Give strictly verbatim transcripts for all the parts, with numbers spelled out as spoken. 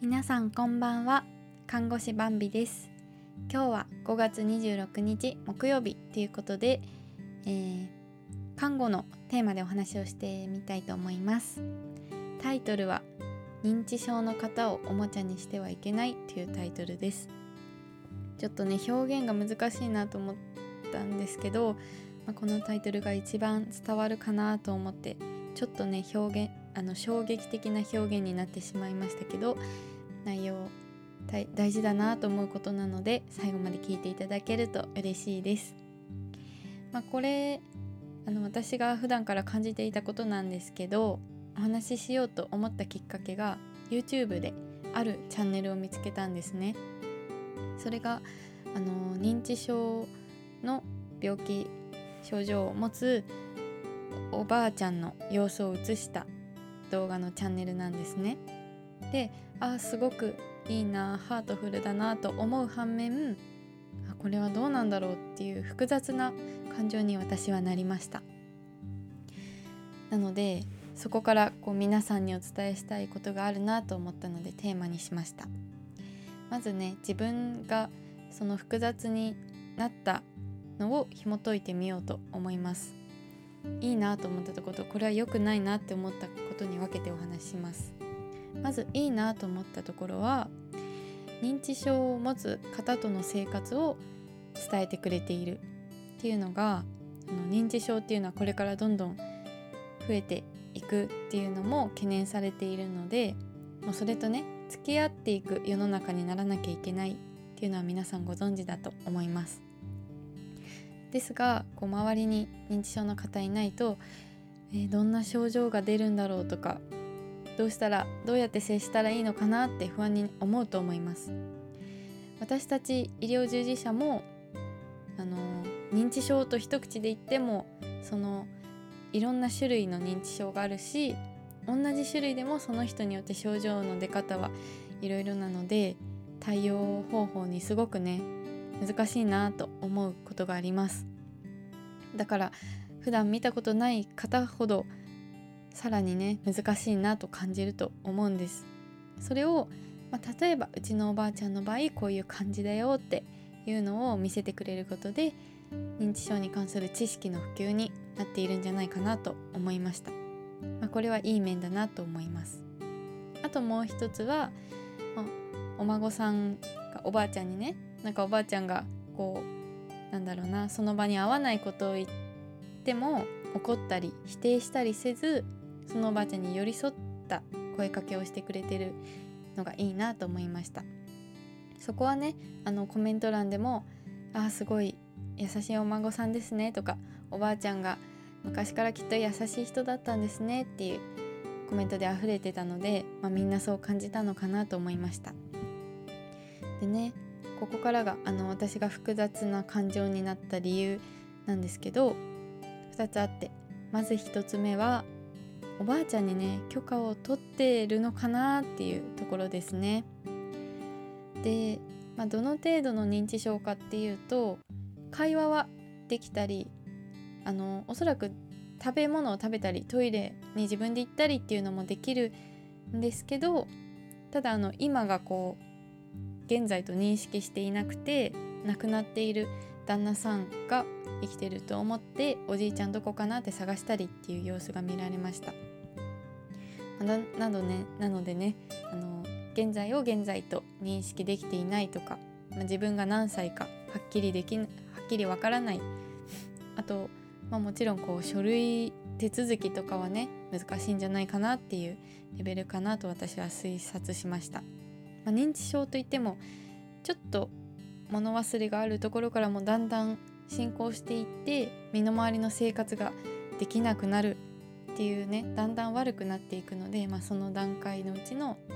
皆さんこんばんは。看護師バンビです。今日はごがつにじゅうろくにち木曜日ということで、えー、看護のテーマでお話をしてみたいと思います。タイトルは認知症の方をおもちゃにしてはいけないというタイトルです。ちょっとね表現が難しいなと思ったんですけど、まあ、このタイトルが一番伝わるかなと思ってちょっとね表現あの衝撃的な表現になってしまいましたけど、内容大, 大事だなと思うことなので最後まで聞いていただけると嬉しいです。まあ、これあの私が普段から感じていたことなんですけど、お話ししようと思ったきっかけが YouTube であるチャンネルを見つけたんですね。それがあの認知症の病気症状を持つおばあちゃんの様子を映した動画のチャンネルなんですね。で、あすごくいいな、ハートフルだなと思う反面、あこれはどうなんだろうっていう複雑な感情に私はなりました。なのでそこからこう皆さんにお伝えしたいことがあるなと思ったのでテーマにしました。まずね、自分がその複雑になったのを紐解いてみようと思います。いいなと思ったところと、これは良くないなって思ったことに分けてお話しします。まずいいなと思ったところは、認知症を持つ方との生活を伝えてくれているっていうのが、あの認知症っていうのはこれからどんどん増えていくっていうのも懸念されているので、もうそれとね付き合っていく世の中にならなきゃいけないっていうのは皆さんご存知だと思います。ですがこう周りに認知症の方いないと、えー、どんな症状が出るんだろうとか、どうしたらどうやって接したらいいのかなって不安に思うと思います。私たち医療従事者もあの認知症と一口で言ってもそのいろんな種類の認知症があるし、同じ種類でもその人によって症状の出方はいろいろなので、対応方法にすごくね難しいなと思うことがあります。だから普段見たことない方ほどさらにね難しいなと感じると思うんです。それを、まあ、例えばうちのおばあちゃんの場合こういう感じだよっていうのを見せてくれることで、認知症に関する知識の普及になっているんじゃないかなと思いました。まあ、これはいい面だなと思います。あともう一つは、まあ、お孫さんがおばあちゃんにね、なんかおばあちゃんがこうなんだろうな、その場に合わないことを言っても怒ったり否定したりせず、そのおばあちゃんに寄り添った声かけをしてくれてるのがいいなと思いました。そこはね、あのコメント欄でもあすごい優しいお孫さんですねとか、おばあちゃんが昔からきっと優しい人だったんですねっていうコメントで溢れてたので、まあ、みんなそう感じたのかなと思いました。でね、ここからがあの私が複雑な感情になった理由なんですけど、ふたつあって、まずひとつめはおばあちゃんにね許可を取ってるのかなっていうところですね。で、まあ、どの程度の認知症かっていうと、会話はできたり、あのおそらく食べ物を食べたりトイレに自分で行ったりっていうのもできるんですけど、ただあの今がこう現在と認識していなくて、亡くなっている旦那さんが生きてると思っておじいちゃんどこかなって探したりっていう様子が見られました。な, な, どねなのでね、あの現在を現在と認識できていないとか、まあ、自分が何歳かはっきりできはっきりわからない。あと、まあ、もちろんこう書類手続きとかはね難しいんじゃないかなっていうレベルかなと私は推察しました。まあ、認知症といってもちょっと物忘れがあるところからもだんだん進行していって、身の回りの生活ができなくなるっていうね、だんだん悪くなっていくので、まあ、その段階のうちの、あの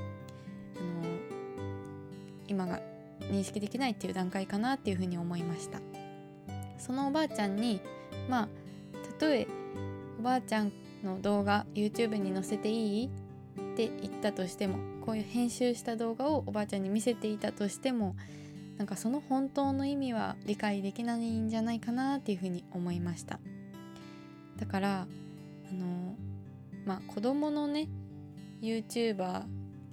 今が認識できないっていう段階かなっていうふうに思いました。そのおばあちゃんに、まあたとえおばあちゃんの動画 YouTube に載せていいって言ったとしても、こういう編集した動画をおばあちゃんに見せていたとしても、なんかその本当の意味は理解できないんじゃないかなっていうふうに思いました。だからあのまあ子供のね YouTuber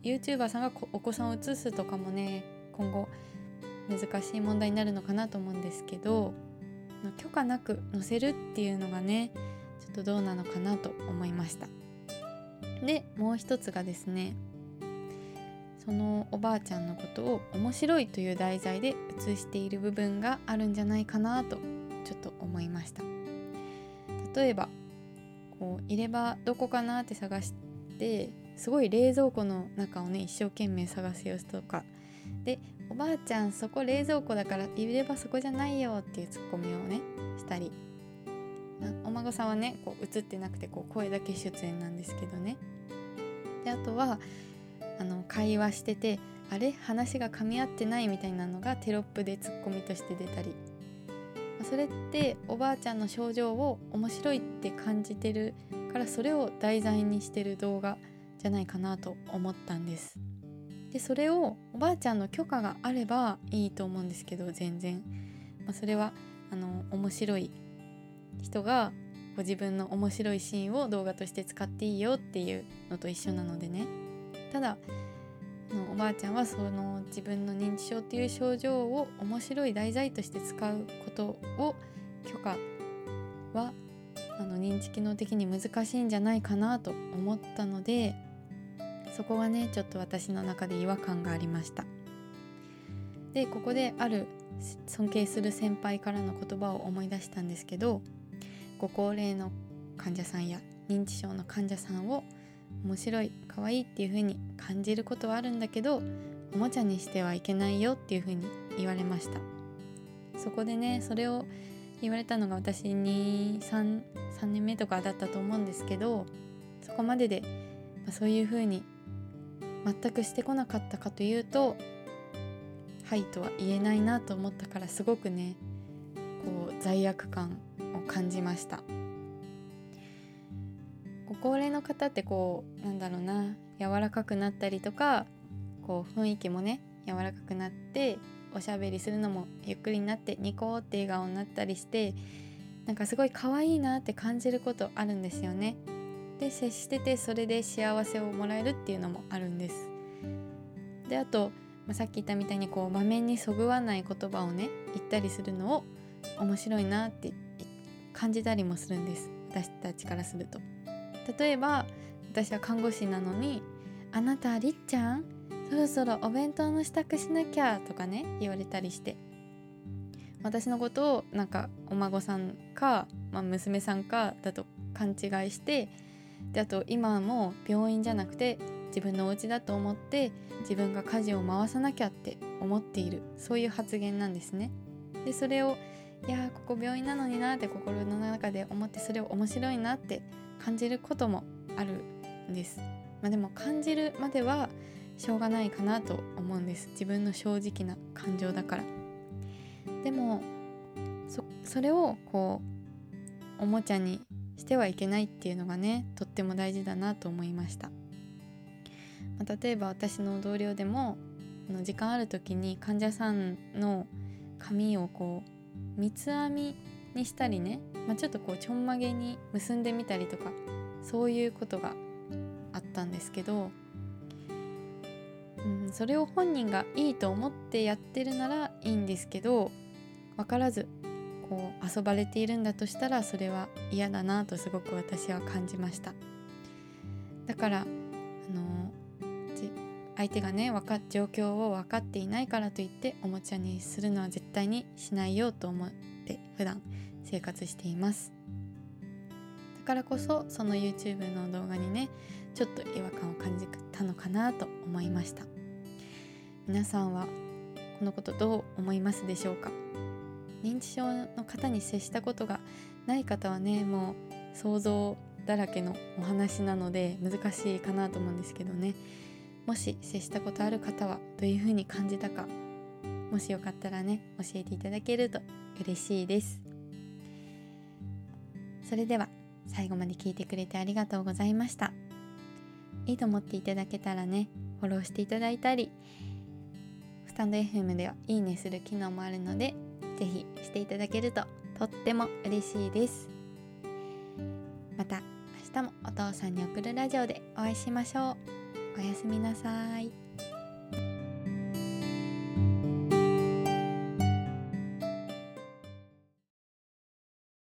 YouTuber さんがお子さんを映すとかもね今後難しい問題になるのかなと思うんですけど、許可なく載せるっていうのがねちょっとどうなのかなと思いました。でもう一つがですね、そのおばあちゃんのことを面白いという題材で映している部分があるんじゃないかなとちょっと思いました。例えばこう入れ歯どこかなって探してすごい冷蔵庫の中をね一生懸命探す様子とかで、おばあちゃんそこ冷蔵庫だから入れ歯そこじゃないよっていうツッコミをねしたり、お孫さんはねこう映ってなくてこう声だけ出演なんですけどね。であとはあの会話しててあれ話が噛み合ってないみたいなのがテロップでツッコミとして出たり、それっておばあちゃんの症状を面白いって感じてるからそれを題材にしてる動画じゃないかなと思ったんです。でそれをおばあちゃんの許可があればいいと思うんですけど、全然、まあ、それはあの面白い人がご自分の面白いシーンを動画として使っていいよっていうのと一緒なのでね。ただおばあちゃんはその自分の認知症っていう症状を面白い題材として使うことを許可はあの認知機能的に難しいんじゃないかなと思ったので、そこがねちょっと私の中で違和感がありました。でここである尊敬する先輩からの言葉を思い出したんですけど、ご高齢の患者さんや認知症の患者さんを面白い可愛いっていう風に感じることはあるんだけどおもちゃにしてはいけないよっていう風に言われました。そこでねそれを言われたのが私に 3, 3年目とかだったと思うんですけど、そこまでで、まあ、そういう風に全くしてこなかったかというとはいとは言えないなと思ったから、すごくねこう罪悪感を感じました。ご高齢の方ってこうなんだろうな柔らかくなったりとかこう雰囲気もね柔らかくなっておしゃべりするのもゆっくりになってニコーって笑顔になったりしてなんかすごい可愛いなって感じることあるんですよね。で接しててそれで幸せをもらえるっていうのもあるんです。であと、まあ、さっき言ったみたいにこう場面にそぐわない言葉をね言ったりするのを面白いなって感じたりもするんです、私たちからすると。例えば私は看護師なのにあなたりっちゃんそろそろお弁当の支度しなきゃとかね言われたりして、私のことをなんかお孫さんか、まあ、娘さんかだと勘違いして、であと今も病院じゃなくて自分のお家だと思って自分が家事を回さなきゃって思っている、そういう発言なんですね。でそれをいやここ病院なのになって心の中で思ってそれを面白いなって感じることもあるんです。まあ、でも感じるまではしょうがないかなと思うんです。自分の正直な感情だから。でも そ, それをこうおもちゃにしてはいけないっていうのがねとっても大事だなと思いました。まあ、例えば私の同僚でもあの時間ある時に患者さんの髪をこう三つ編みにしたりね、まあ、ちょっとこうちょんまげに結んでみたりとかそういうことがあったんですけど、うん、それを本人がいいと思ってやってるならいいんですけど、分からずこう遊ばれているんだとしたらそれは嫌だなとすごく私は感じました。だからあの相手がねわか状況を分かっていないからといっておもちゃにするのは絶対にしないようと思って普段生活しています。だからこそその YouTube の動画にねちょっと違和感を感じたのかなと思いました。皆さんはこのことどう思いますでしょうか。認知症の方に接したことがない方はねもう想像だらけのお話なので難しいかなと思うんですけどね、もし接したことある方はどういうふうに感じたか、もしよかったらね教えていただけると嬉しいです。それでは最後まで聞いてくれてありがとうございました。いいと思っていただけたらねフォローしていただいたり、スタンド エフエム ではいいねする機能もあるのでぜひしていただけるととっても嬉しいです。また明日もお父さんに送るラジオでお会いしましょう。 おやすみなさい。